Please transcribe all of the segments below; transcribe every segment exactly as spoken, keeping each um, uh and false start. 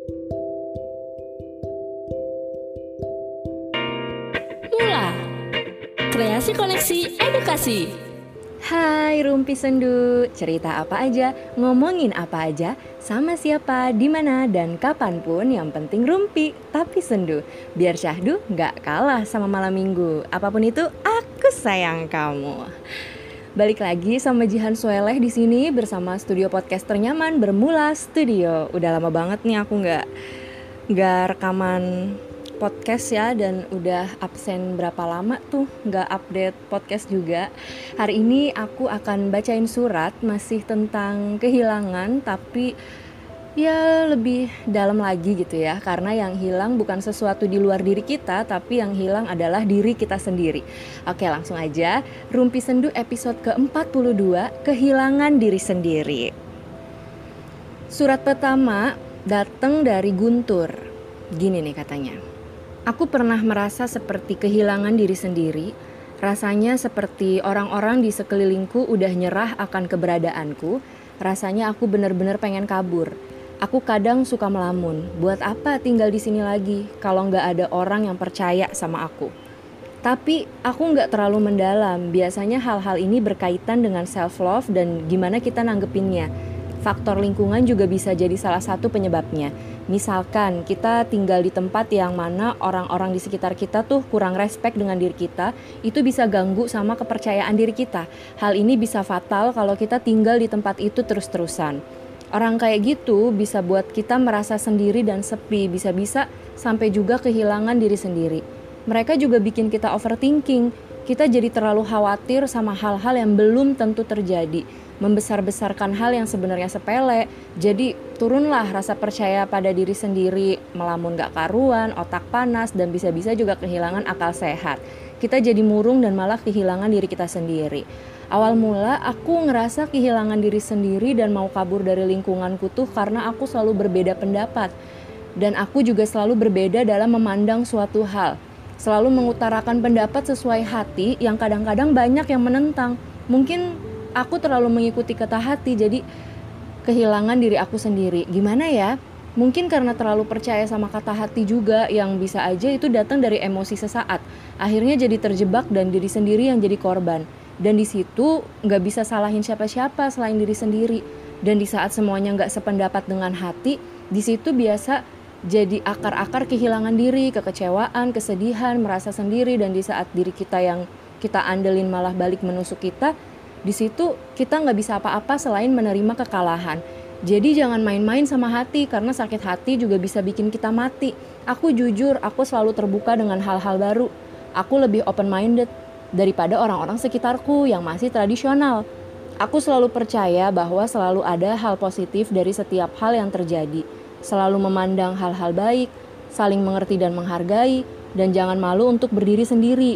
Mula, kreasi koneksi edukasi. Hai Rumpi Sendu, cerita apa aja, ngomongin apa aja, sama siapa, di mana dan kapanpun, yang penting rumpi tapi sendu. Biar syahdu gak kalah sama malam minggu. Apapun itu, aku sayang kamu. Balik lagi sama Jihan Sueleh di sini bersama studio podcast ternyaman Bermula Studio. Udah lama banget nih aku nggak nggak rekaman podcast ya, dan udah absen berapa lama tuh nggak update podcast juga. Hari ini aku akan bacain surat masih tentang kehilangan, tapi ya lebih dalam lagi gitu ya, karena yang hilang bukan sesuatu di luar diri kita, tapi yang hilang adalah diri kita sendiri. Oke, langsung aja. Rumpi Sendu episode ke empat puluh dua, kehilangan diri sendiri. Surat pertama datang dari Guntur. Gini nih katanya. Aku pernah merasa seperti kehilangan diri sendiri. Rasanya seperti orang-orang di sekelilingku udah nyerah akan keberadaanku. Rasanya aku benar-benar pengen kabur. Aku kadang suka melamun, buat apa tinggal di sini lagi kalau nggak ada orang yang percaya sama aku. Tapi aku nggak terlalu mendalam. Biasanya hal-hal ini berkaitan dengan self-love dan gimana kita nanggepinnya. Faktor lingkungan juga bisa jadi salah satu penyebabnya. Misalkan kita tinggal di tempat yang mana orang-orang di sekitar kita tuh kurang respect dengan diri kita, itu bisa ganggu sama kepercayaan diri kita. Hal ini bisa fatal kalau kita tinggal di tempat itu terus-terusan. Orang kayak gitu bisa buat kita merasa sendiri dan sepi, bisa-bisa sampai juga kehilangan diri sendiri. Mereka juga bikin kita overthinking, kita jadi terlalu khawatir sama hal-hal yang belum tentu terjadi, membesar-besarkan hal yang sebenarnya sepele, jadi turunlah rasa percaya pada diri sendiri, melamun gak karuan, otak panas, dan bisa-bisa juga kehilangan akal sehat. Kita jadi murung dan malah kehilangan diri kita sendiri. Awal mula aku ngerasa kehilangan diri sendiri dan mau kabur dari lingkunganku tuh karena aku selalu berbeda pendapat. Dan aku juga selalu berbeda dalam memandang suatu hal. Selalu mengutarakan pendapat sesuai hati yang kadang-kadang banyak yang menentang. Mungkin aku terlalu mengikuti kata hati, jadi kehilangan diri aku sendiri. Gimana ya? Mungkin karena terlalu percaya sama kata hati juga, yang bisa aja itu datang dari emosi sesaat. Akhirnya jadi terjebak dan diri sendiri yang jadi korban. Dan di situ nggak bisa salahin siapa-siapa selain diri sendiri. Dan di saat semuanya nggak sependapat dengan hati, di situ biasa jadi akar-akar kehilangan diri, kekecewaan, kesedihan, merasa sendiri. Dan di saat diri kita yang kita andelin malah balik menusuk kita, di situ kita nggak bisa apa-apa selain menerima kekalahan. Jadi jangan main-main sama hati, karena sakit hati juga bisa bikin kita mati. Aku jujur, aku selalu terbuka dengan hal-hal baru. Aku lebih open-minded daripada orang-orang sekitarku yang masih tradisional. Aku selalu percaya bahwa selalu ada hal positif dari setiap hal yang terjadi. Selalu memandang hal-hal baik, saling mengerti dan menghargai, dan jangan malu untuk berdiri sendiri.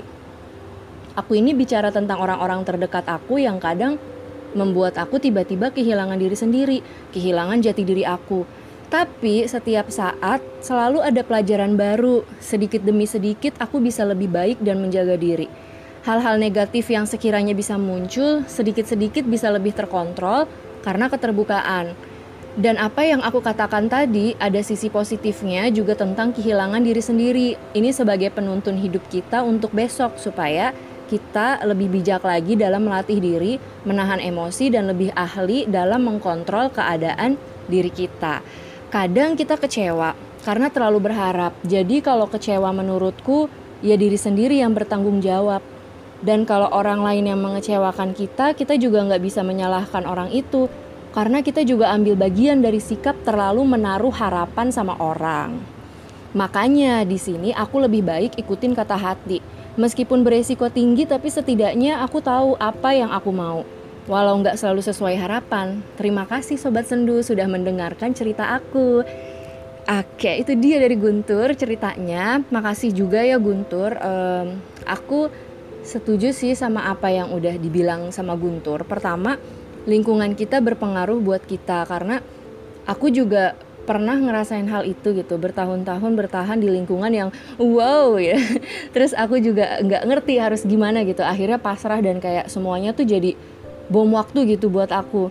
Aku ini bicara tentang orang-orang terdekat aku yang kadang membuat aku tiba-tiba kehilangan diri sendiri, kehilangan jati diri aku. Tapi setiap saat selalu ada pelajaran baru, sedikit demi sedikit aku bisa lebih baik dan menjaga diri. Hal-hal negatif yang sekiranya bisa muncul, sedikit-sedikit bisa lebih terkontrol karena keterbukaan. Dan apa yang aku katakan tadi, ada sisi positifnya juga tentang kehilangan diri sendiri. Ini sebagai penuntun hidup kita untuk besok, supaya kita lebih bijak lagi dalam melatih diri, menahan emosi, dan lebih ahli dalam mengkontrol keadaan diri kita. Kadang kita kecewa karena terlalu berharap. Jadi kalau kecewa menurutku, ya diri sendiri yang bertanggung jawab. Dan kalau orang lain yang mengecewakan kita, kita juga nggak bisa menyalahkan orang itu. Karena kita juga ambil bagian dari sikap terlalu menaruh harapan sama orang. Makanya di sini aku lebih baik ikutin kata hati. Meskipun beresiko tinggi, tapi setidaknya aku tahu apa yang aku mau. Walau nggak selalu sesuai harapan. Terima kasih Sobat Sendu sudah mendengarkan cerita aku. Oke, itu dia dari Guntur ceritanya. Makasih juga ya Guntur. Um, aku setuju sih sama apa yang udah dibilang sama Guntur. Pertama, lingkungan kita berpengaruh buat kita, karena aku juga pernah ngerasain hal itu gitu, bertahun-tahun bertahan di lingkungan yang wow ya. Terus aku juga nggak ngerti harus gimana gitu, akhirnya pasrah dan kayak semuanya tuh jadi bom waktu gitu buat aku.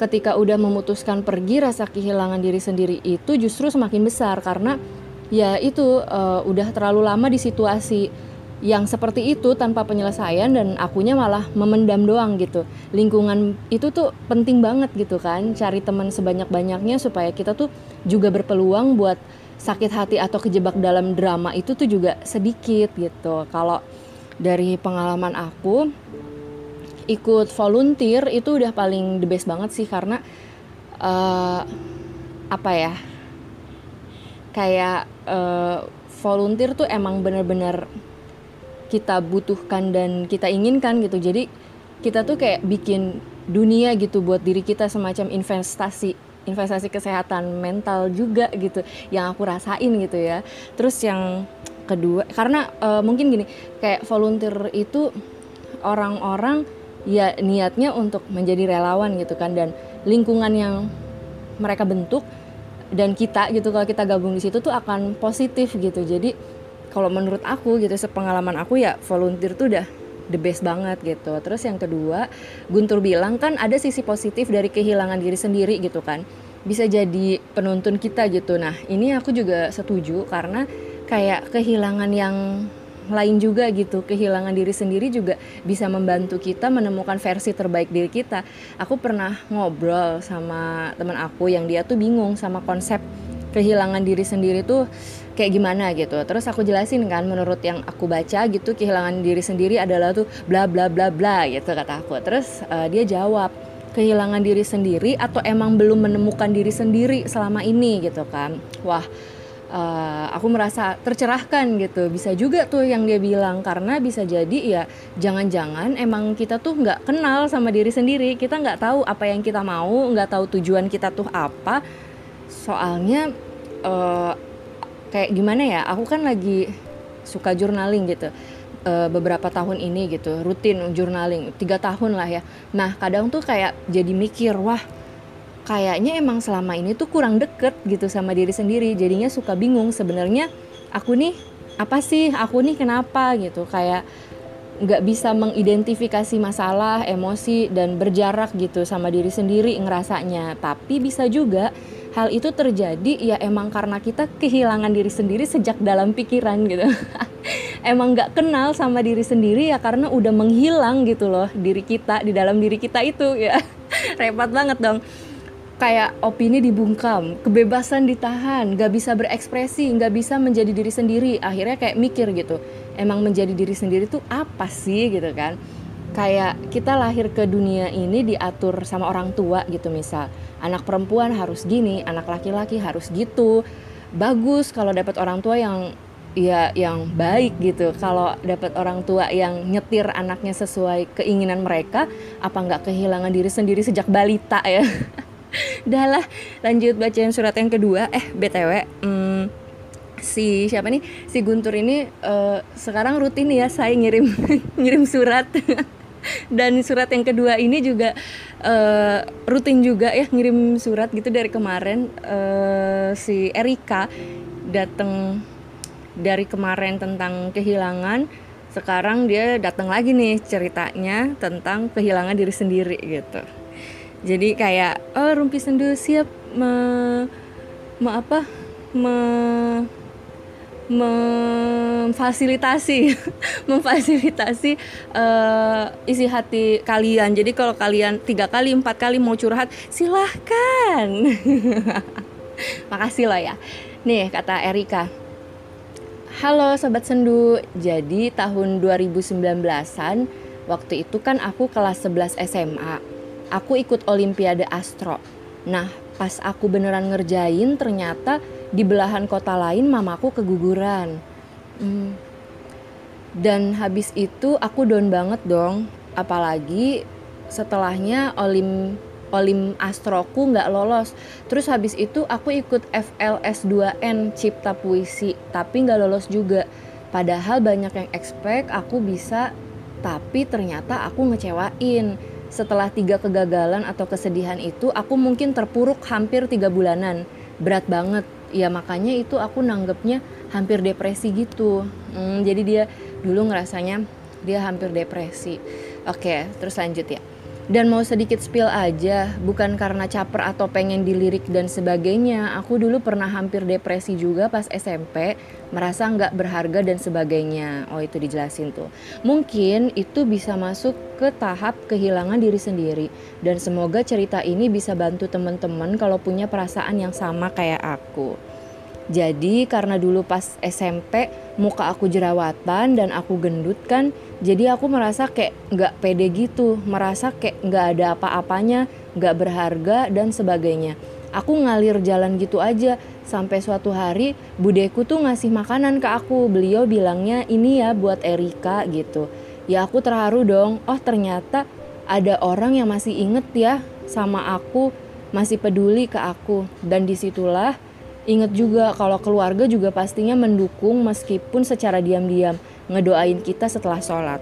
ketika udah memutuskan pergi, rasa kehilangan diri sendiri itu justru semakin besar karena ya itu uh, udah terlalu lama di situasi yang seperti itu tanpa penyelesaian dan akunya malah memendam doang gitu. Lingkungan itu tuh penting banget gitu kan, cari teman sebanyak-banyaknya supaya kita tuh juga berpeluang buat sakit hati atau kejebak dalam drama itu tuh juga sedikit gitu. Kalau dari pengalaman aku, ikut volunteer itu udah paling the best banget sih karena uh, apa ya, kayak uh, volunteer tuh emang bener-bener kita butuhkan dan kita inginkan gitu. Jadi kita tuh kayak bikin dunia gitu buat diri kita, semacam investasi investasi kesehatan mental juga gitu yang aku rasain gitu ya. Terus yang kedua karena uh, mungkin gini, kayak volunteer itu orang-orang ya niatnya untuk menjadi relawan gitu kan, dan lingkungan yang mereka bentuk dan kita gitu kalau kita gabung di situ tuh akan positif gitu. Jadi kalau menurut aku gitu, sepengalaman aku ya volunteer tuh udah the best banget gitu. Terus yang kedua, Guntur bilang kan ada sisi positif dari kehilangan diri sendiri gitu kan, bisa jadi penuntun kita gitu. Nah ini aku juga setuju karena kayak kehilangan yang lain juga gitu, kehilangan diri sendiri juga bisa membantu kita menemukan versi terbaik diri kita. Aku pernah ngobrol sama teman aku yang dia tuh bingung sama konsep kehilangan diri sendiri tuh kayak gimana gitu. Terus aku jelasin kan, menurut yang aku baca gitu, kehilangan diri sendiri adalah tuh bla bla bla bla gitu kata aku. Terus uh, dia jawab, kehilangan diri sendiri atau emang belum menemukan diri sendiri selama ini gitu kan. Wah, uh, aku merasa tercerahkan gitu. Bisa juga tuh yang dia bilang, karena bisa jadi ya jangan-jangan emang kita tuh nggak kenal sama diri sendiri, kita nggak tahu apa yang kita mau, nggak tahu tujuan kita tuh apa. Soalnya uh, kayak gimana ya, aku kan lagi suka journaling gitu uh, beberapa tahun ini gitu, rutin journaling tiga tahun lah ya. Nah kadang tuh kayak jadi mikir, wah kayaknya emang selama ini tuh kurang deket gitu sama diri sendiri. Jadinya suka bingung sebenarnya aku nih apa sih, aku nih kenapa gitu, kayak nggak bisa mengidentifikasi masalah, emosi, dan berjarak gitu sama diri sendiri ngerasanya. Tapi bisa juga hal itu terjadi ya emang karena kita kehilangan diri sendiri sejak dalam pikiran gitu. Emang nggak kenal sama diri sendiri ya karena udah menghilang gitu loh diri kita, di dalam diri kita itu ya. Repot banget dong. Kayak opini dibungkam, kebebasan ditahan, gak bisa berekspresi, gak bisa menjadi diri sendiri. Akhirnya kayak mikir gitu, emang menjadi diri sendiri tuh apa sih gitu kan. Kayak kita lahir ke dunia ini diatur sama orang tua gitu, misal anak perempuan harus gini, anak laki-laki harus gitu. Bagus kalau dapat orang tua yang ya yang baik gitu. Kalau dapat orang tua yang nyetir anaknya sesuai keinginan mereka, apa nggak kehilangan diri sendiri sejak balita ya. Dah lah, lanjut bacain surat yang kedua. Eh btw hmm, si siapa nih si Guntur ini uh, sekarang rutin ya saya ngirim ngirim surat. Dan surat yang kedua ini juga uh, rutin juga ya ngirim surat gitu. Dari kemarin uh, si Erika datang dari kemarin tentang kehilangan, sekarang dia datang lagi nih ceritanya tentang kehilangan diri sendiri gitu. Jadi kayak oh Rumpi Sendu siap me, me apa me memfasilitasi memfasilitasi uh, isi hati kalian. Jadi kalau kalian tiga kali empat kali mau curhat silahkan. Makasih loh ya. Nih kata Erika, halo Sobat Sendu, jadi tahun dua ribu sembilan belasan waktu itu kan aku kelas sebelas S M A, aku ikut Olimpiade Astro. Nah pas aku beneran ngerjain ternyata di belahan kota lain mamaku keguguran. Hmm. Dan habis itu aku down banget dong. Apalagi setelahnya Olim Olim Astroku gak lolos. Terus habis itu aku ikut F L S dua N Cipta Puisi, tapi gak lolos juga. Padahal banyak yang expect aku bisa, tapi ternyata aku ngecewain. Setelah tiga kegagalan atau kesedihan itu, aku mungkin terpuruk hampir tiga bulanan. Berat banget. Ya makanya itu aku nanggepnya hampir depresi gitu. Hmm, jadi dia dulu ngerasanya dia hampir depresi. Oke, terus lanjut ya. Dan mau sedikit spill aja, bukan karena caper atau pengen dilirik dan sebagainya. Aku dulu pernah hampir depresi juga pas S M P, merasa nggak berharga dan sebagainya. Oh itu dijelasin tuh. Mungkin itu bisa masuk ke tahap kehilangan diri sendiri. Dan semoga cerita ini bisa bantu teman-teman kalau punya perasaan yang sama kayak aku. Jadi karena dulu pas S M P muka aku jerawatan dan aku gendut kan, jadi aku merasa kayak gak pede gitu, merasa kayak gak ada apa-apanya, gak berharga dan sebagainya. Aku ngalir jalan gitu aja, sampai suatu hari budeku tuh ngasih makanan ke aku, beliau bilangnya ini ya buat Erika gitu. Ya aku terharu dong, oh ternyata ada orang yang masih inget ya sama aku, masih peduli ke aku. Dan disitulah ingat juga kalau keluarga juga pastinya mendukung meskipun secara diam-diam ngedoain kita setelah sholat.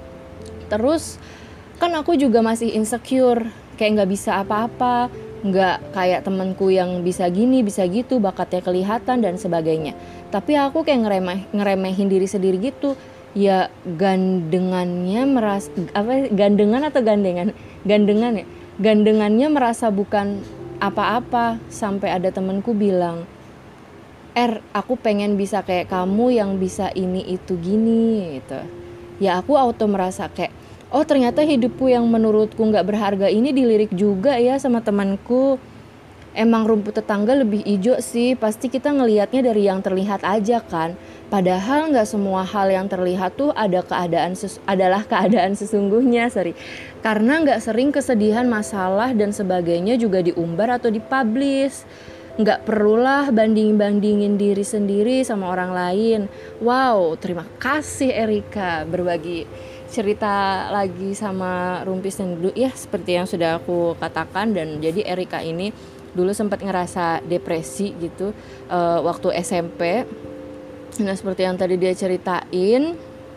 Terus kan aku juga masih insecure, kayak gak bisa apa-apa, gak kayak temenku yang bisa gini, bisa gitu, bakatnya kelihatan dan sebagainya. Tapi aku kayak ngeremeh, ngeremehin diri sendiri gitu. Ya gandengannya merasa, apa gandengan atau gandengan? Gandengan ya? Gandengannya merasa bukan apa-apa, sampai ada temenku bilang, Er, aku pengen bisa kayak kamu yang bisa ini itu gini gitu. Ya aku auto merasa kayak, oh ternyata hidupku yang menurutku gak berharga ini dilirik juga ya sama temanku. Emang rumput tetangga lebih hijau sih, pasti kita ngelihatnya dari yang terlihat aja kan. Padahal gak semua hal yang terlihat tuh ada keadaan ses- adalah keadaan sesungguhnya, sorry. Karena gak sering kesedihan, masalah dan sebagainya juga diumbar atau dipublish. Gak perlulah banding-bandingin diri sendiri sama orang lain. Wow, terima kasih Erika berbagi cerita lagi sama Rumpi Sendu ya, seperti yang sudah aku katakan. Dan jadi Erika ini dulu sempat ngerasa depresi gitu uh, waktu S M P. Nah seperti yang tadi dia ceritain,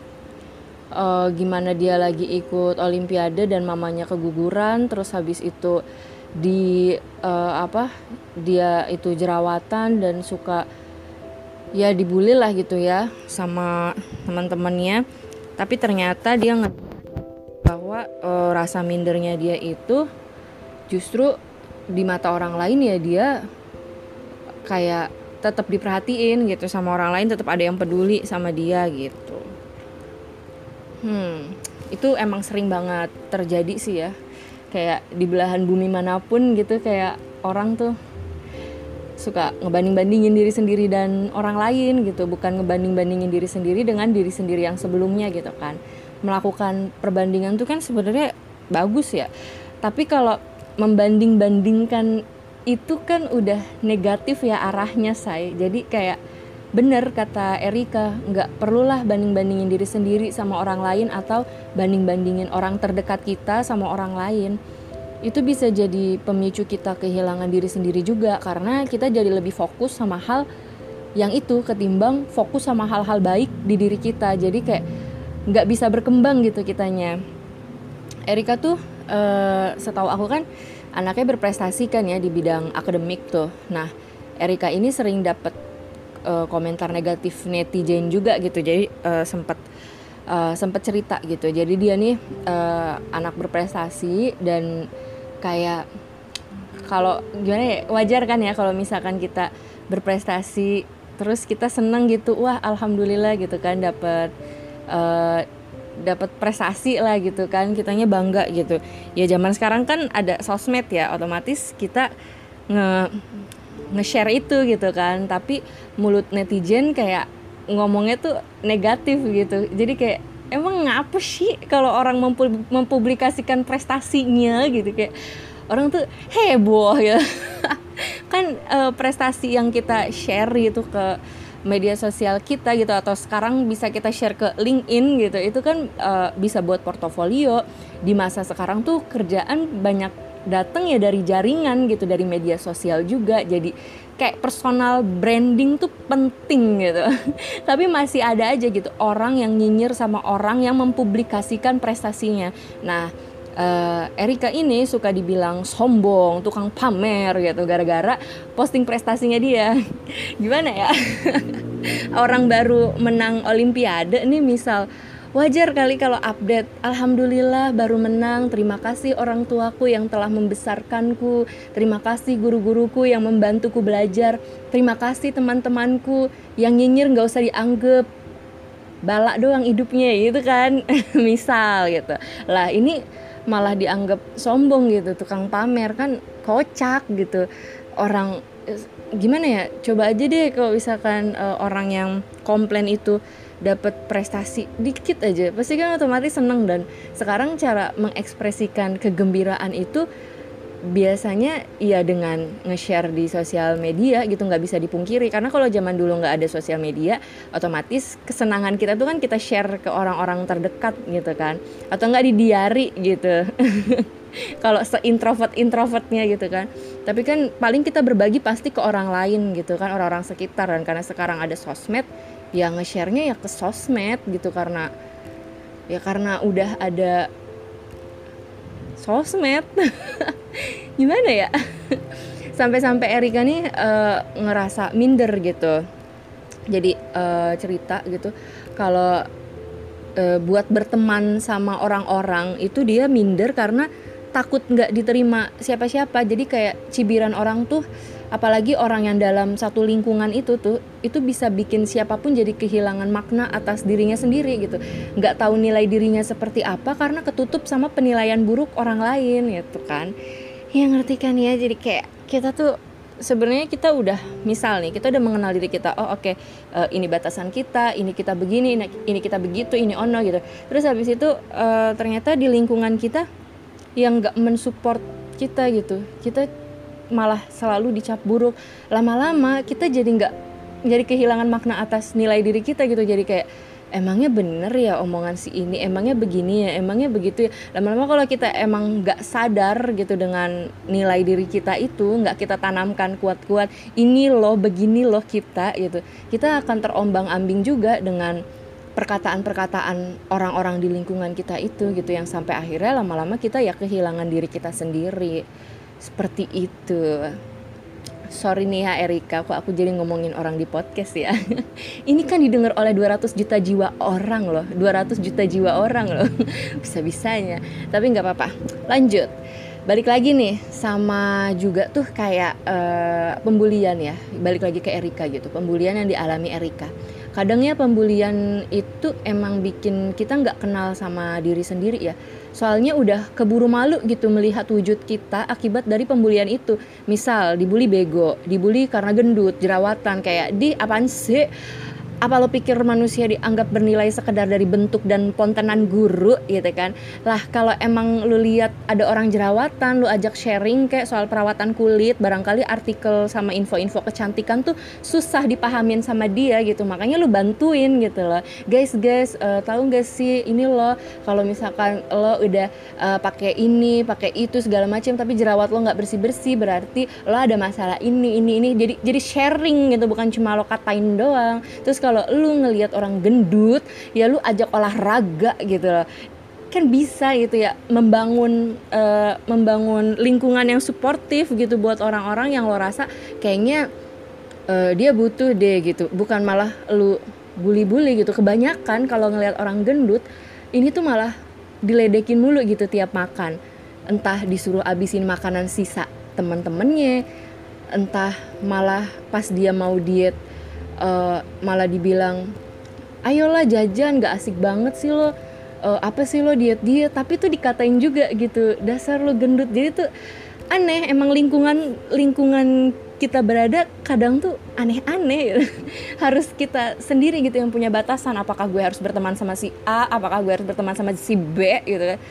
uh, gimana dia lagi ikut olimpiade dan mamanya keguguran. Terus habis itu di uh, apa dia itu jerawatan dan suka ya dibully lah gitu ya sama teman-temannya. Tapi ternyata dia nge- bahwa uh, rasa mindernya dia itu justru di mata orang lain ya dia kayak tetap diperhatiin gitu sama orang lain, tetap ada yang peduli sama dia gitu. Hmm, itu emang sering banget terjadi sih ya. Kayak di belahan bumi manapun gitu, kayak orang tuh suka ngebanding-bandingin diri sendiri dan orang lain gitu, bukan ngebanding-bandingin diri sendiri dengan diri sendiri yang sebelumnya gitu kan. Melakukan perbandingan tuh kan sebenarnya bagus ya, tapi kalau membanding-bandingkan itu kan udah negatif ya arahnya say. Jadi kayak bener kata Erika, nggak perlulah banding-bandingin diri sendiri sama orang lain atau banding-bandingin orang terdekat kita sama orang lain. Itu bisa jadi pemicu kita kehilangan diri sendiri juga, karena kita jadi lebih fokus sama hal yang itu ketimbang fokus sama hal-hal baik di diri kita. Jadi kayak nggak bisa berkembang gitu kitanya. Erika tuh uh, setahu aku kan anaknya berprestasi kan ya di bidang akademik tuh. Nah Erika ini sering dapet Uh, komentar negatif netizen juga gitu. Jadi uh, sempat uh, sempat cerita gitu. Jadi dia nih uh, anak berprestasi dan kayak kalau gimana ya, wajar kan ya kalau misalkan kita berprestasi terus kita seneng gitu, wah alhamdulillah gitu kan dapat uh, dapat prestasi lah gitu kan, kitanya bangga gitu. Ya zaman sekarang kan ada sosmed ya, otomatis kita nge nge-share itu gitu kan, tapi mulut netizen kayak ngomongnya tuh negatif gitu. Jadi kayak emang ngapa sih kalau orang mempu- mempublikasikan prestasinya gitu, kayak orang tuh heboh ya. Kan uh, prestasi yang kita share gitu ke media sosial kita gitu, atau sekarang bisa kita share ke LinkedIn gitu, itu kan uh, bisa buat portofolio. Di masa sekarang tuh kerjaan banyak datang ya dari jaringan gitu, dari media sosial juga. Jadi kayak personal branding tuh penting gitu. Tapi masih ada aja gitu orang yang nyinyir sama orang yang mempublikasikan prestasinya. Nah uh, Erika ini suka dibilang sombong, tukang pamer gitu, gara-gara posting prestasinya dia. Gimana ya? Orang baru menang olimpiade nih misal wajar kali kalau update, alhamdulillah baru menang, terima kasih orang tuaku yang telah membesarkanku, terima kasih guru-guruku yang membantuku belajar, terima kasih teman-temanku yang nyinyir gak usah dianggap, balak doang hidupnya gitu kan. Misal gitu lah, ini malah dianggap sombong gitu, tukang pamer, kan kocak gitu. Orang gimana ya, coba aja deh kalau misalkan uh, orang yang komplain itu dapat prestasi dikit aja, pasti kan otomatis seneng. Dan sekarang cara mengekspresikan kegembiraan itu biasanya ya dengan nge-share di sosial media gitu, nggak bisa dipungkiri. Karena kalau zaman dulu nggak ada sosial media, otomatis kesenangan kita tuh kan kita share ke orang-orang terdekat gitu kan, atau nggak di diary gitu. Kalau se-introvert-introvertnya gitu kan. Tapi kan paling kita berbagi pasti ke orang lain gitu kan, orang-orang sekitar. Dan karena sekarang ada sosmed, ya nge-share-nya ya ke sosmed gitu, karena ya karena udah ada sosmed. Gimana ya? Sampai-sampai Erika nih uh, ngerasa minder gitu. Jadi uh, cerita gitu kalau uh, buat berteman sama orang-orang itu dia minder karena takut nggak diterima siapa-siapa. Jadi kayak cibiran orang tuh, apalagi orang yang dalam satu lingkungan itu tuh, itu bisa bikin siapapun jadi kehilangan makna atas dirinya sendiri gitu. Nggak tahu nilai dirinya seperti apa karena ketutup sama penilaian buruk orang lain gitu kan. Ya ngerti kan ya, jadi kayak kita tuh sebenarnya kita udah, misal nih kita udah mengenal diri kita, oh oke okay, uh, ini batasan kita, ini kita begini, ini kita begitu, ini ono gitu. Terus habis itu uh, ternyata di lingkungan kita yang nggak mensupport kita gitu, kita malah selalu dicap buruk. Lama-lama kita jadi nggak, jadi kehilangan makna atas nilai diri kita gitu. Jadi kayak emangnya bener ya omongan si ini, emangnya begini ya, emangnya begitu ya. Lama-lama kalau kita emang nggak sadar gitu dengan nilai diri kita itu, nggak kita tanamkan kuat-kuat, ini loh, begini loh kita gitu, kita akan terombang-ambing juga dengan perkataan-perkataan orang-orang di lingkungan kita itu gitu, yang sampai akhirnya lama-lama kita ya kehilangan diri kita sendiri. Seperti itu. Sorry nih ya Erika, kok aku jadi ngomongin orang di podcast ya. Ini kan didengar oleh dua ratus juta jiwa orang loh, dua ratus juta jiwa orang loh. Bisa-bisanya. Tapi gak apa-apa, lanjut. Balik lagi nih sama juga tuh kayak uh, pembulian ya. Balik lagi ke Erika gitu, pembulian yang dialami Erika. Kadangnya pembulian itu emang bikin kita gak kenal sama diri sendiri ya. Soalnya udah keburu malu gitu melihat wujud kita akibat dari pembulian itu. Misal dibully bego, dibully karena gendut, jerawatan, kayak di apaan sih? Apa lo pikir manusia dianggap bernilai sekedar dari bentuk dan pontenan guru gitu kan? Lah kalau emang lu lihat ada orang jerawatan, lu ajak sharing kayak soal perawatan kulit, barangkali artikel sama info-info kecantikan tuh susah dipahamin sama dia gitu. Makanya lu bantuin gitu loh. Guys, guys, uh, tahu enggak sih ini lo kalau misalkan lo udah uh, pakai ini, pakai itu segala macam tapi jerawat lo enggak bersih-bersih, berarti lo ada masalah ini ini ini. Jadi jadi sharing gitu, bukan cuma lo katain doang. Terus kalau lu ngelihat orang gendut, ya lu ajak olahraga gitu loh. Kan bisa gitu ya, membangun uh, membangun lingkungan yang suportif gitu buat orang-orang yang lo rasa kayaknya uh, dia butuh deh gitu. Bukan malah lu bully-bully gitu. Kebanyakan kalau ngelihat orang gendut, ini tuh malah diledekin mulu gitu tiap makan. Entah disuruh abisin makanan sisa teman-temannya, entah malah pas dia mau diet Uh, malah dibilang ayolah jajan, gak asik banget sih lo, uh, apa sih lo diet-diet, tapi tuh dikatain juga gitu, dasar lo gendut. Jadi tuh aneh, emang lingkungan lingkungan kita berada kadang tuh aneh-aneh gitu. Harus kita sendiri gitu yang punya batasan, apakah gue harus berteman sama si A, apakah gue harus berteman sama si B gitu kan.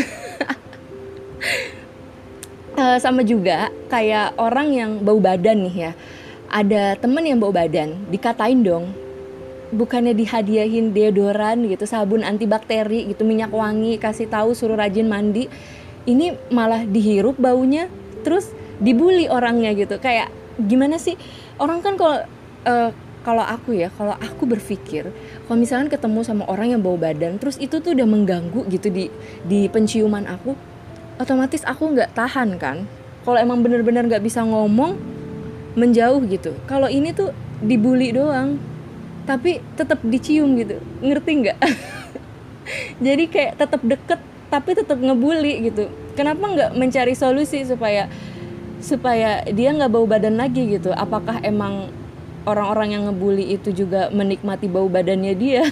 uh, sama juga kayak orang yang bau badan nih ya. Ada temen yang bau badan, dikatain dong, bukannya dihadiahin deodoran gitu, sabun antibakteri gitu, minyak wangi, kasih tahu suruh rajin mandi, ini malah dihirup baunya, terus dibully orangnya gitu. Kayak gimana sih orang kan kalau uh, kalau aku ya, kalau aku berpikir kalau misalkan ketemu sama orang yang bau badan, terus itu tuh udah mengganggu gitu di di penciuman aku, otomatis aku nggak tahan kan. Kalau emang bener-bener nggak bisa ngomong, menjauh gitu. Kalau ini tuh dibully doang tapi tetap dicium gitu, ngerti nggak? Jadi kayak tetap deket tapi tetap ngebully gitu. Kenapa nggak mencari solusi supaya supaya dia nggak bau badan lagi gitu? Apakah emang orang-orang yang ngebully itu juga menikmati bau badannya dia?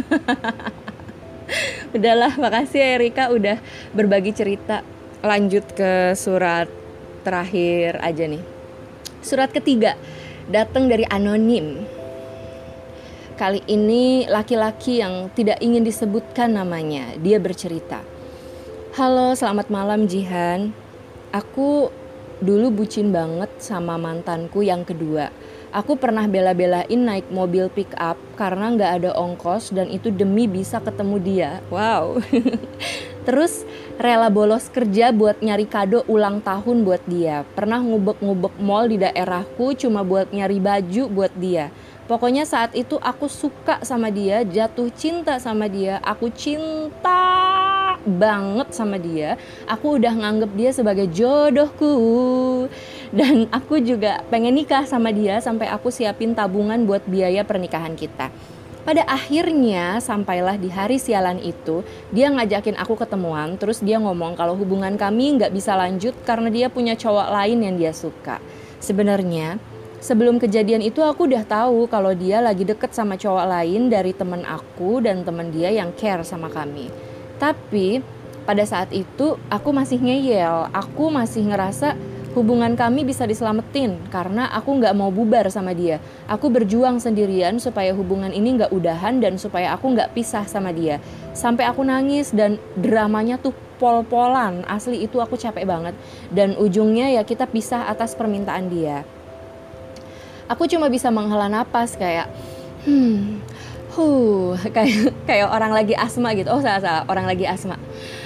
Udahlah, makasih ya Erika udah berbagi cerita. Lanjut ke surat terakhir aja nih. Surat ketiga datang dari anonim. Kali ini laki-laki yang tidak ingin disebutkan namanya. Dia bercerita, "Halo, selamat malam Jihan. Aku dulu bucin banget sama mantanku yang kedua. Aku pernah bela-belain naik mobil pick up karena gak ada ongkos dan itu demi bisa ketemu dia." Wow. Terus rela bolos kerja buat nyari kado ulang tahun buat dia. Pernah ngubek-ngubek mall di daerahku cuma buat nyari baju buat dia. Pokoknya saat itu aku suka sama dia, jatuh cinta sama dia, aku cinta banget sama dia. Aku udah nganggep dia sebagai jodohku. Dan aku juga pengen nikah sama dia sampai aku siapin tabungan buat biaya pernikahan kita. Pada akhirnya sampailah di hari sialan itu, dia ngajakin aku ketemuan, terus dia ngomong kalau hubungan kami nggak bisa lanjut karena dia punya cowok lain yang dia suka. Sebenarnya sebelum kejadian itu aku udah tahu kalau dia lagi deket sama cowok lain dari temen aku dan temen dia yang care sama kami. Tapi pada saat itu aku masih ngeyel, aku masih ngerasa hubungan kami bisa diselamatin karena aku gak mau bubar sama dia. Aku berjuang sendirian supaya hubungan ini gak udahan dan supaya aku gak pisah sama dia. Sampai aku nangis dan dramanya tuh pol-polan, asli itu aku capek banget. Dan ujungnya ya kita pisah atas permintaan dia. Aku cuma bisa menghela napas kayak hmm, huh, kayak kayak orang lagi asma gitu. Oh salah salah, orang lagi asma.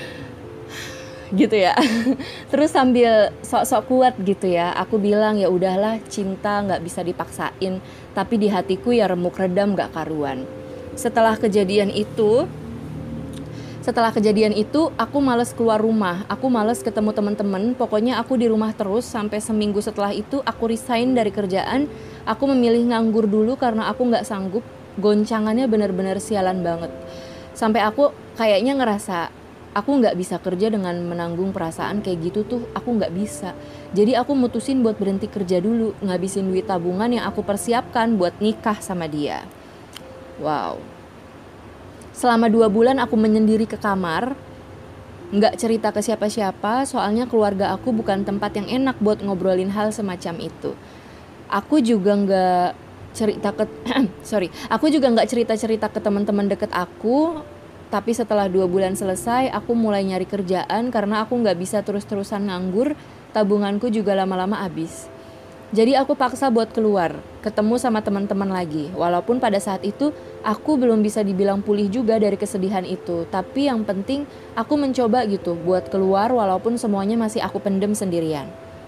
Gitu ya. Terus sambil sok-sok kuat gitu ya, aku bilang ya udahlah, cinta nggak bisa dipaksain, tapi di hatiku ya remuk redam nggak karuan. Setelah kejadian itu, setelah kejadian itu aku males keluar rumah, aku males ketemu teman-teman. Pokoknya aku di rumah terus sampai seminggu setelah itu aku resign dari kerjaan. Aku memilih nganggur dulu karena aku nggak sanggup. Goncangannya benar-benar sialan banget. Sampai aku kayaknya ngerasa aku gak bisa kerja dengan menanggung perasaan kayak gitu tuh, aku gak bisa. Jadi aku mutusin buat berhenti kerja dulu, ngabisin duit tabungan yang aku persiapkan buat nikah sama dia. Wow. Selama dua bulan aku menyendiri ke kamar, gak cerita ke siapa-siapa, soalnya keluarga aku bukan tempat yang enak buat ngobrolin hal semacam itu. Aku juga gak cerita ke, sorry, aku juga gak cerita-cerita ke teman-teman deket aku. Tapi setelah dua bulan selesai, aku mulai nyari kerjaan karena aku gak bisa terus-terusan nganggur, tabunganku juga lama-lama habis. Jadi aku paksa buat keluar, ketemu sama teman-teman lagi. Walaupun pada saat itu, aku belum bisa dibilang pulih juga dari kesedihan itu. Tapi yang penting, aku mencoba gitu buat keluar walaupun semuanya masih aku pendem sendirian.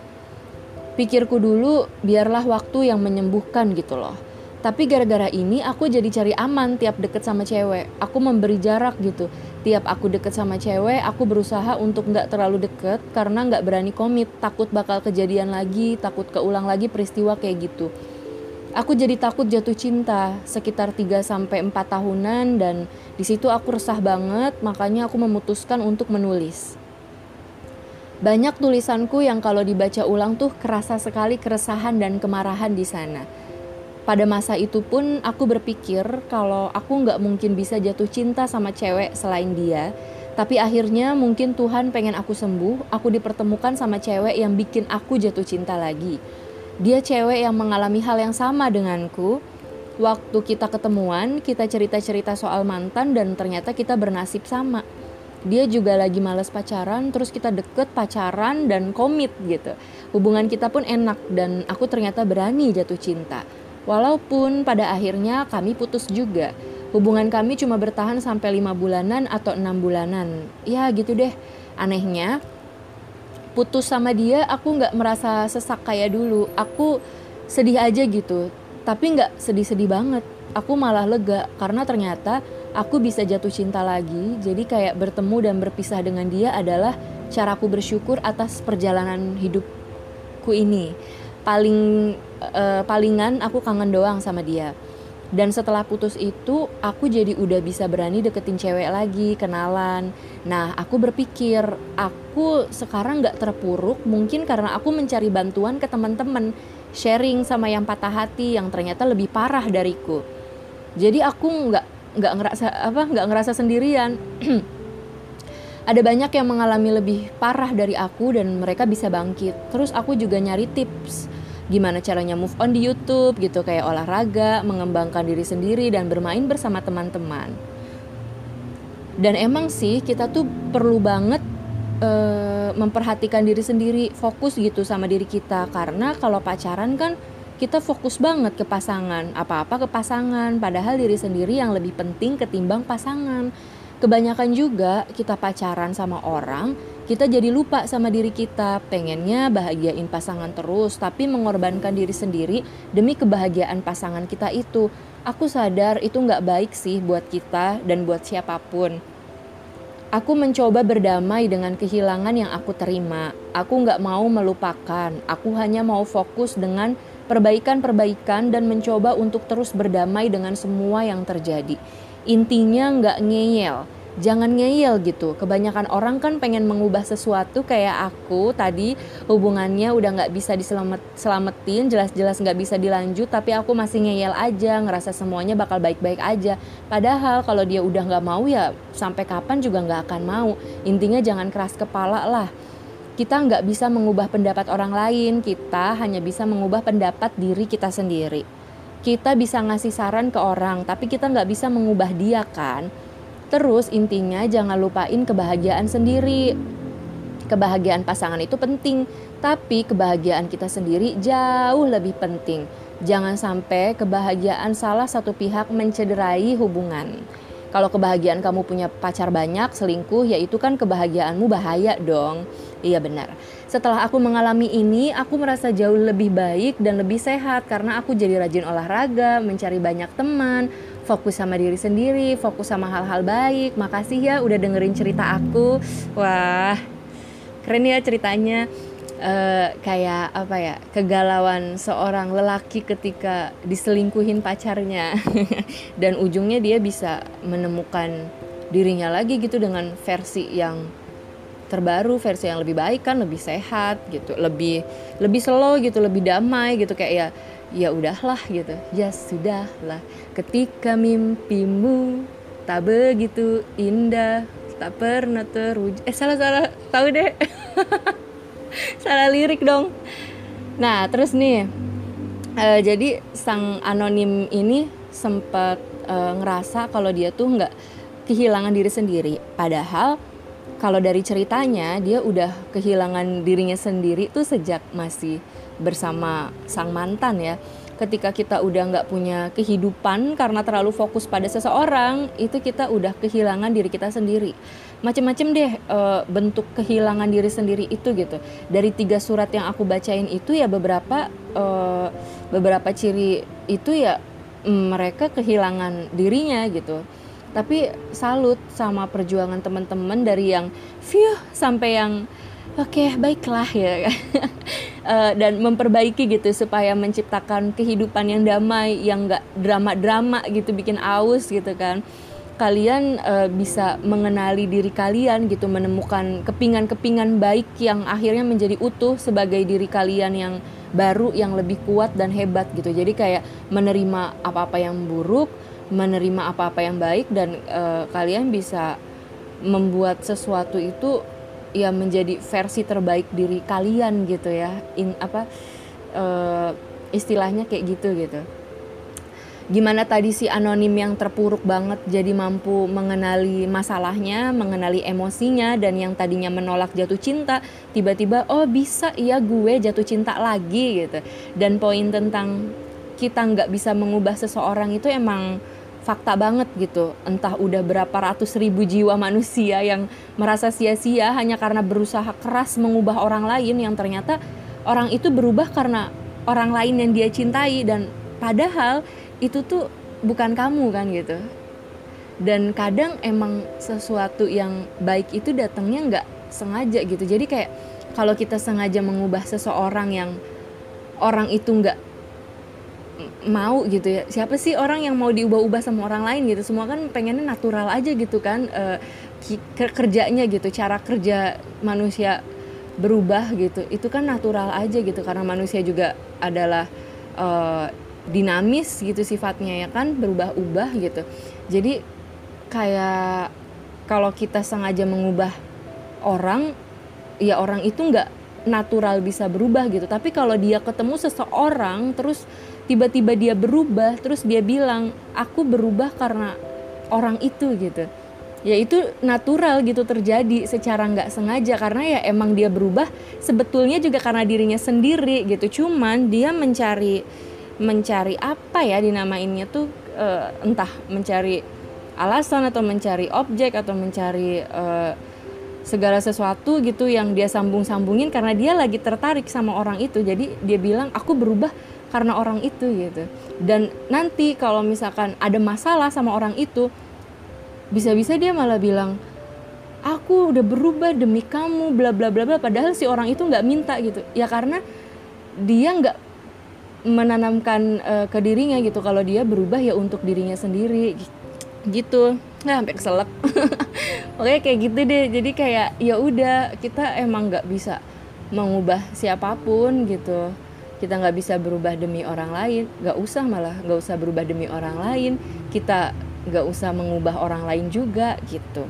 Pikirku dulu, biarlah waktu yang menyembuhkan gitu loh. Tapi gara-gara ini aku jadi cari aman tiap deket sama cewek. Aku memberi jarak gitu. Tiap aku deket sama cewek, aku berusaha untuk gak terlalu deket karena gak berani komit. Takut bakal kejadian lagi, takut keulang lagi peristiwa kayak gitu. Aku jadi takut jatuh cinta sekitar tiga sampai empat tahunan dan di situ aku resah banget, makanya aku memutuskan untuk menulis. Banyak tulisanku yang kalau dibaca ulang tuh kerasa sekali keresahan dan kemarahan di sana. Pada masa itu pun aku berpikir kalau aku gak mungkin bisa jatuh cinta sama cewek selain dia. Tapi akhirnya mungkin Tuhan pengen aku sembuh, aku dipertemukan sama cewek yang bikin aku jatuh cinta lagi. Dia cewek yang mengalami hal yang sama denganku. Waktu kita ketemuan, kita cerita-cerita soal mantan dan ternyata kita bernasib sama. Dia juga lagi males pacaran, terus kita deket pacaran dan komit gitu. Hubungan kita pun enak dan aku ternyata berani jatuh cinta. Walaupun pada akhirnya kami putus juga. Hubungan kami cuma bertahan sampai lima bulanan atau enam bulanan. Ya gitu deh. Anehnya, putus sama dia aku gak merasa sesak kayak dulu. Aku sedih aja gitu. Tapi gak sedih-sedih banget. Aku malah lega karena ternyata aku bisa jatuh cinta lagi. Jadi kayak bertemu dan berpisah dengan dia adalah caraku bersyukur atas perjalanan hidupku ini. Paling uh, palingan aku kangen doang sama dia. Dan setelah putus itu aku jadi udah bisa berani deketin cewek lagi, kenalan. Nah aku berpikir aku sekarang gak terpuruk mungkin karena aku mencari bantuan ke teman-teman, sharing sama yang patah hati yang ternyata lebih parah dariku. Jadi aku gak, gak ngerasa apa nggak ngerasa sendirian. Ada banyak yang mengalami lebih parah dari aku dan mereka bisa bangkit. Terus aku juga nyari tips gimana caranya move on di YouTube gitu, kayak olahraga, mengembangkan diri sendiri dan bermain bersama teman-teman. Dan emang sih kita tuh perlu banget uh, memperhatikan diri sendiri, fokus gitu sama diri kita, karena kalau pacaran kan kita fokus banget ke pasangan, apa-apa ke pasangan, padahal diri sendiri yang lebih penting ketimbang pasangan. Kebanyakan juga kita pacaran sama orang, kita jadi lupa sama diri kita, pengennya bahagiain pasangan terus, tapi mengorbankan diri sendiri demi kebahagiaan pasangan kita itu. Aku sadar itu gak baik sih buat kita dan buat siapapun. Aku mencoba berdamai dengan kehilangan yang aku terima. Aku gak mau melupakan, aku hanya mau fokus dengan perbaikan-perbaikan dan mencoba untuk terus berdamai dengan semua yang terjadi. Intinya gak ngeyel, jangan ngeyel gitu. Kebanyakan orang kan pengen mengubah sesuatu, kayak aku tadi hubungannya udah gak bisa diselamatin, jelas-jelas gak bisa dilanjut, tapi aku masih ngeyel aja, ngerasa semuanya bakal baik-baik aja. Padahal kalau dia udah gak mau ya sampai kapan juga gak akan mau. Intinya jangan keras kepala lah. Kita gak bisa mengubah pendapat orang lain, kita hanya bisa mengubah pendapat diri kita sendiri. Kita bisa ngasih saran ke orang, tapi kita gak bisa mengubah dia kan. Terus intinya jangan lupain kebahagiaan sendiri. Kebahagiaan pasangan itu penting, tapi kebahagiaan kita sendiri jauh lebih penting. Jangan sampai kebahagiaan salah satu pihak mencederai hubungan. Kalau kebahagiaan kamu punya pacar banyak, selingkuh, ya itu kan kebahagiaanmu bahaya dong. Iya benar. Setelah aku mengalami ini, aku merasa jauh lebih baik dan lebih sehat karena aku jadi rajin olahraga, mencari banyak teman, fokus sama diri sendiri, fokus sama hal-hal baik. Makasih ya udah dengerin cerita aku. Wah, keren ya ceritanya. Uh, kayak apa ya, kegalauan seorang lelaki ketika diselingkuhin pacarnya dan ujungnya dia bisa menemukan dirinya lagi gitu dengan versi yang terbaru, versi yang lebih baik kan, lebih sehat gitu, lebih lebih slow gitu, lebih damai gitu, kayak ya ya udahlah gitu, ya sudahlah, ketika mimpimu tak begitu indah, tak pernah terwujud. Eh salah salah tahu deh. Salah lirik dong. Nah terus nih uh, jadi sang anonim ini sempat uh, ngerasa kalau dia tuh nggak kehilangan diri sendiri. Padahal kalau dari ceritanya dia udah kehilangan dirinya sendiri tuh sejak masih bersama sang mantan ya. Ketika kita udah nggak punya kehidupan karena terlalu fokus pada seseorang, itu kita udah kehilangan diri kita sendiri. Macem-macem deh e, bentuk kehilangan diri sendiri itu gitu. Dari tiga surat yang aku bacain itu ya beberapa e, beberapa ciri itu ya mm, mereka kehilangan dirinya gitu. Tapi salut sama perjuangan teman-teman dari yang view sampai yang oke okay, baiklah ya. Uh, dan memperbaiki gitu supaya menciptakan kehidupan yang damai, yang gak drama-drama gitu, bikin aus gitu kan. Kalian uh, bisa mengenali diri kalian gitu, menemukan kepingan-kepingan baik yang akhirnya menjadi utuh sebagai diri kalian yang baru, yang lebih kuat dan hebat gitu. Jadi kayak menerima apa-apa yang buruk, menerima apa-apa yang baik, dan uh, kalian bisa membuat sesuatu itu ya menjadi versi terbaik diri kalian gitu ya. In apa uh, istilahnya kayak gitu gitu. Gimana tadi si anonim yang terpuruk banget jadi mampu mengenali masalahnya, mengenali emosinya, dan yang tadinya menolak jatuh cinta tiba-tiba oh bisa iya gue jatuh cinta lagi gitu. Dan poin tentang kita nggak bisa mengubah seseorang itu emang fakta banget gitu. Entah udah berapa ratus ribu jiwa manusia yang merasa sia-sia hanya karena berusaha keras mengubah orang lain, yang ternyata orang itu berubah karena orang lain yang dia cintai, dan padahal itu tuh bukan kamu kan gitu. Dan kadang emang sesuatu yang baik itu datangnya nggak sengaja gitu. Jadi kayak kalau kita sengaja mengubah seseorang yang orang itu nggak mau gitu ya. Siapa sih orang yang mau diubah-ubah sama orang lain gitu? Semua kan pengennya natural aja gitu kan, uh, kerjanya gitu, cara kerja manusia berubah gitu. Itu kan natural aja gitu, karena manusia juga adalah uh, dinamis gitu sifatnya ya kan, berubah-ubah gitu. Jadi kayak kalau kita sengaja mengubah orang, ya orang itu nggak natural bisa berubah gitu. Tapi kalau dia ketemu seseorang terus tiba-tiba dia berubah, terus dia bilang aku berubah karena orang itu gitu, ya itu natural gitu, terjadi secara nggak sengaja, karena ya emang dia berubah sebetulnya juga karena dirinya sendiri gitu. Cuman dia mencari mencari apa ya dinamainnya tuh, uh, entah mencari alasan atau mencari objek atau mencari uh, segala sesuatu gitu yang dia sambung-sambungin karena dia lagi tertarik sama orang itu. Jadi dia bilang aku berubah karena orang itu gitu. Dan nanti kalau misalkan ada masalah sama orang itu, bisa-bisa dia malah bilang aku udah berubah demi kamu bla bla bla bla, padahal si orang itu nggak minta gitu ya, karena dia nggak menanamkan uh, ke dirinya gitu kalau dia berubah ya untuk dirinya sendiri gitu. Nah, sampai keselak. Oke, kayak gitu deh. Jadi kayak ya udah, kita emang nggak bisa mengubah siapapun gitu. Kita nggak bisa berubah demi orang lain, nggak usah, malah nggak usah berubah demi orang lain. Kita nggak usah mengubah orang lain juga gitu,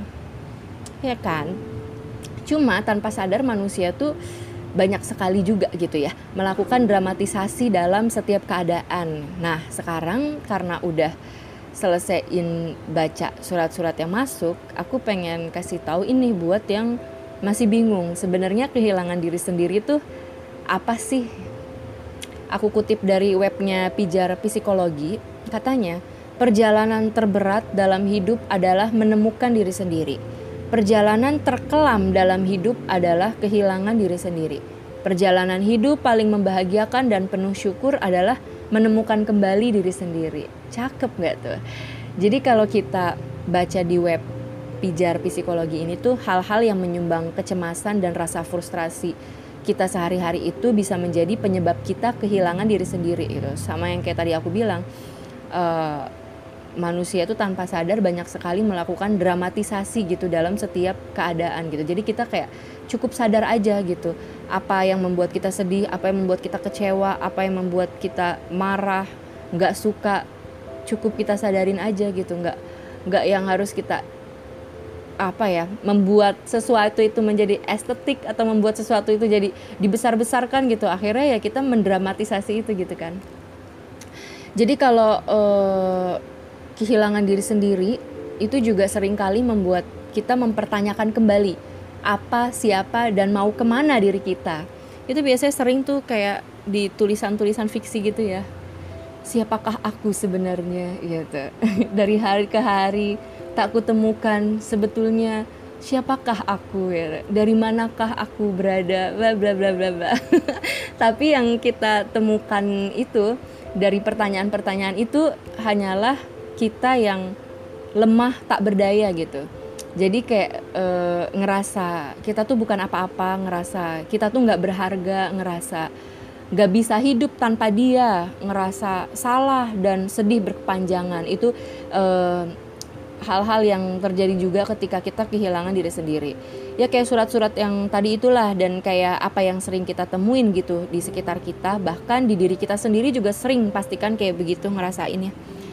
ya kan? Cuma tanpa sadar manusia tuh banyak sekali juga gitu ya melakukan dramatisasi dalam setiap keadaan. Nah sekarang karena udah selesaiin baca surat-surat yang masuk, aku pengen kasih tahu ini buat yang masih bingung sebenarnya kehilangan diri sendiri tuh apa sih. Aku kutip dari webnya Pijar Psikologi, katanya perjalanan terberat dalam hidup adalah menemukan diri sendiri. Perjalanan terkelam dalam hidup adalah kehilangan diri sendiri. Perjalanan hidup paling membahagiakan dan penuh syukur adalah menemukan kembali diri sendiri. Cakep gak tuh? Jadi kalau kita baca di web Pijar Psikologi ini tuh, hal-hal yang menyumbang kecemasan dan rasa frustrasi kita sehari-hari itu bisa menjadi penyebab kita kehilangan diri sendiri gitu. Sama yang kayak tadi aku bilang, uh, manusia itu tanpa sadar banyak sekali melakukan dramatisasi gitu dalam setiap keadaan gitu. Jadi kita kayak cukup sadar aja gitu, apa yang membuat kita sedih, apa yang membuat kita kecewa, apa yang membuat kita marah, nggak suka, cukup kita sadarin aja gitu. Nggak nggak yang harus kita apa ya, membuat sesuatu itu menjadi estetik atau membuat sesuatu itu jadi dibesar-besarkan gitu. Akhirnya ya kita mendramatisasi itu gitu kan. Jadi kalau uh, kehilangan diri sendiri itu juga seringkali membuat kita mempertanyakan kembali apa, siapa, dan mau kemana diri kita. Itu biasanya sering tuh kayak di tulisan-tulisan fiksi gitu ya. Siapakah aku sebenarnya gitu. Dari hari ke hari tak kutemukan sebetulnya siapakah aku ya, dari manakah aku berada, bla bla bla bla bla. Tapi yang kita temukan itu dari pertanyaan-pertanyaan itu hanyalah kita yang lemah tak berdaya gitu. Jadi kayak e, ngerasa kita tuh bukan apa-apa, ngerasa kita tuh nggak berharga, ngerasa nggak bisa hidup tanpa dia, ngerasa salah dan sedih berkepanjangan. Itu e, hal-hal yang terjadi juga ketika kita kehilangan diri sendiri. Ya kayak surat-surat yang tadi itulah, dan kayak apa yang sering kita temuin gitu di sekitar kita, bahkan di diri kita sendiri juga sering pastikan kayak begitu ngerasainnya.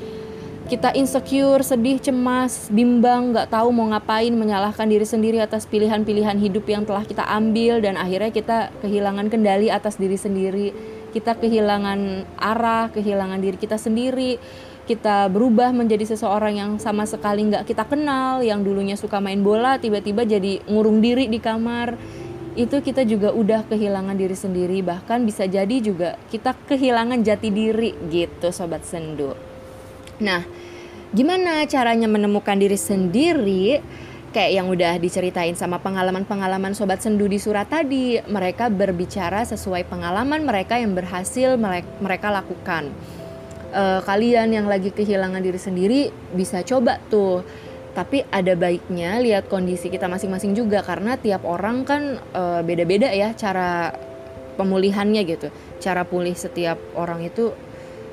Kita insecure, sedih, cemas, bimbang, gak tahu mau ngapain, menyalahkan diri sendiri atas pilihan-pilihan hidup yang telah kita ambil, dan akhirnya kita kehilangan kendali atas diri sendiri. Kita kehilangan arah, kehilangan diri kita sendiri. Kita berubah menjadi seseorang yang sama sekali gak kita kenal, yang dulunya suka main bola, tiba-tiba jadi ngurung diri di kamar. Itu kita juga udah kehilangan diri sendiri, bahkan bisa jadi juga kita kehilangan jati diri gitu Sobat Sendu. Nah, gimana caranya menemukan diri sendiri? Kayak yang udah diceritain sama pengalaman-pengalaman Sobat Sendu di surat tadi. Mereka berbicara sesuai pengalaman mereka yang berhasil mereka lakukan. e, Kalian yang lagi kehilangan diri sendiri bisa coba tuh. Tapi ada baiknya lihat kondisi kita masing-masing juga, karena tiap orang kan e, beda-beda ya cara pemulihannya gitu. Cara pulih setiap orang itu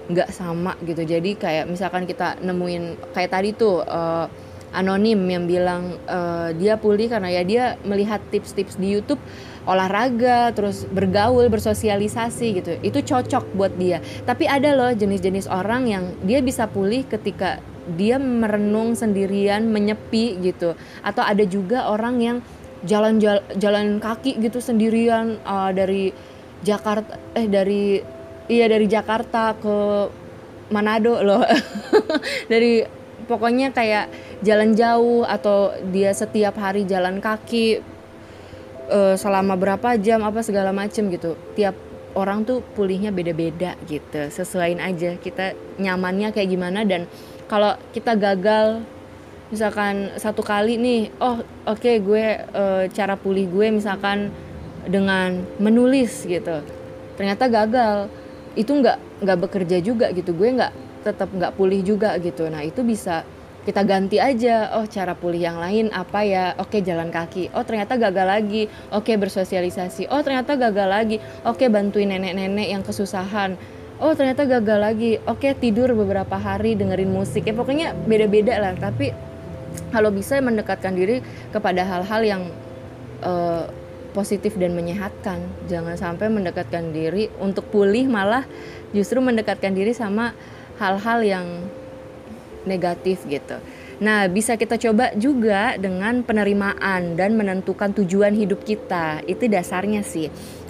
nggak sama gitu. Jadi kayak misalkan kita nemuin kayak tadi tuh uh, anonim yang bilang uh, dia pulih karena ya dia melihat tips-tips di YouTube olahraga, terus bergaul, bersosialisasi gitu. Itu cocok buat dia. Tapi ada loh jenis-jenis orang yang dia bisa pulih ketika dia merenung sendirian, menyepi gitu. Atau ada juga orang yang jalan jalan kaki gitu sendirian uh, dari Jakarta eh dari iya dari Jakarta ke Manado loh. Dari pokoknya kayak jalan jauh, atau dia setiap hari jalan kaki uh, selama berapa jam apa segala macem gitu. Tiap orang tuh pulihnya beda-beda gitu. Sesuaiin aja kita nyamannya kayak gimana. Dan kalau kita gagal misalkan satu kali nih, oh oke okay, gue uh, cara pulih gue misalkan dengan menulis gitu, ternyata gagal, itu nggak nggak bekerja juga gitu, gue nggak tetap nggak pulih juga gitu. Nah itu bisa kita ganti aja, oh cara pulih yang lain apa ya, oke okay, jalan kaki, oh ternyata gagal lagi, oke okay, bersosialisasi, oh ternyata gagal lagi, oke okay, bantuin nenek-nenek yang kesusahan, oh ternyata gagal lagi, oke okay, tidur beberapa hari dengerin musik, ya pokoknya beda-beda lah. Tapi kalau bisa mendekatkan diri kepada hal-hal yang uh, positif dan menyehatkan. Jangan sampai mendekatkan diri untuk pulih malah justru mendekatkan diri sama hal-hal yang negatif gitu. Nah, bisa kita coba juga dengan penerimaan dan menentukan tujuan hidup kita. Itu dasarnya sih.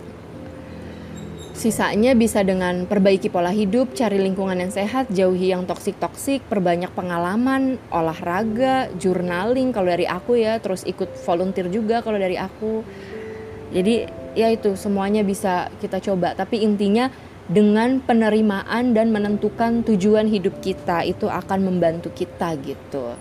Sisanya bisa dengan perbaiki pola hidup, cari lingkungan yang sehat, jauhi yang toksik-toksik, perbanyak pengalaman, olahraga, journaling kalau dari aku ya, terus ikut volunteer juga kalau dari aku. Jadi ya itu semuanya bisa kita coba, tapi intinya dengan penerimaan dan menentukan tujuan hidup kita itu akan membantu kita gitu.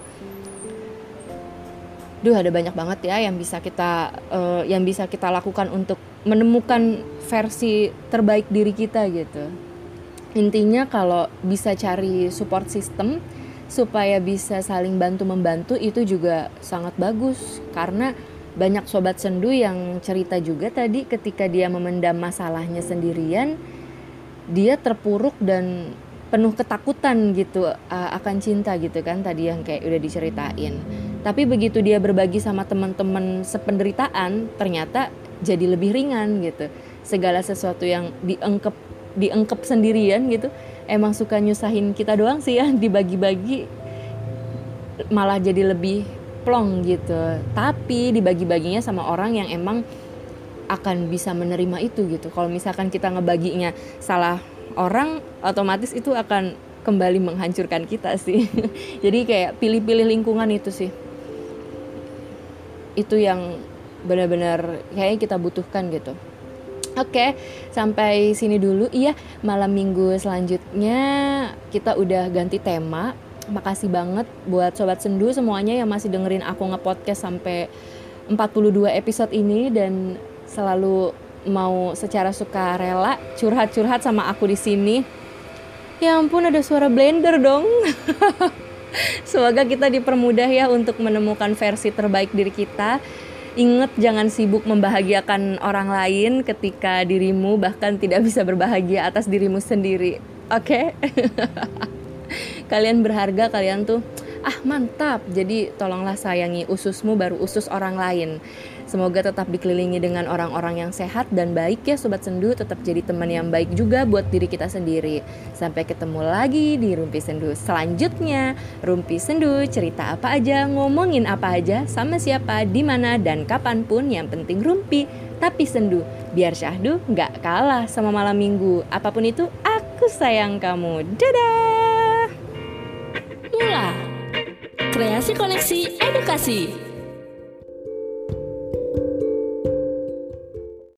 Duh, ada banyak banget ya yang bisa kita uh, yang bisa kita lakukan untuk menemukan versi terbaik diri kita gitu. Intinya kalau bisa cari support system supaya bisa saling bantu-membantu itu juga sangat bagus. Karena banyak sobat sendu yang cerita juga tadi ketika dia memendam masalahnya sendirian, dia terpuruk dan penuh ketakutan gitu uh, akan cinta gitu kan, tadi yang kayak udah diceritain. Tapi begitu dia berbagi sama teman-teman sependeritaan, ternyata jadi lebih ringan gitu. Segala sesuatu yang diengkep diengkep sendirian gitu, emang suka nyusahin kita doang sih ya, dibagi-bagi malah jadi lebih plong gitu. Tapi dibagi-baginya sama orang yang emang akan bisa menerima itu gitu. Kalau misalkan kita ngebaginya salah orang, otomatis itu akan kembali menghancurkan kita sih. Jadi kayak pilih-pilih lingkungan itu sih, itu yang benar-benar kayaknya kita butuhkan gitu. Oke, sampai sini dulu. Iya, malam minggu selanjutnya kita udah ganti tema. Makasih banget buat Sobat Sendu semuanya yang masih dengerin aku nge-podcast sampai empat puluh dua episode ini dan selalu mau secara sukarela curhat-curhat sama aku di sini. Ya ampun, ada suara blender dong. Semoga kita dipermudah ya untuk menemukan versi terbaik diri kita. Ingat, jangan sibuk membahagiakan orang lain ketika dirimu bahkan tidak bisa berbahagia atas dirimu sendiri. Oke? Okay? Kalian berharga, kalian tuh ah mantap. Jadi tolonglah sayangi ususmu baru usus orang lain. Semoga tetap dikelilingi dengan orang-orang yang sehat dan baik ya Sobat Sendu. Tetap jadi teman yang baik juga buat diri kita sendiri. Sampai ketemu lagi di Rumpi Sendu selanjutnya. Rumpi Sendu, cerita apa aja, ngomongin apa aja, sama siapa, di mana dan kapanpun. Yang penting rumpi, tapi sendu. Biar syahdu gak kalah sama malam minggu. Apapun itu, aku sayang kamu. Dadah! Mula, kreasi koneksi edukasi.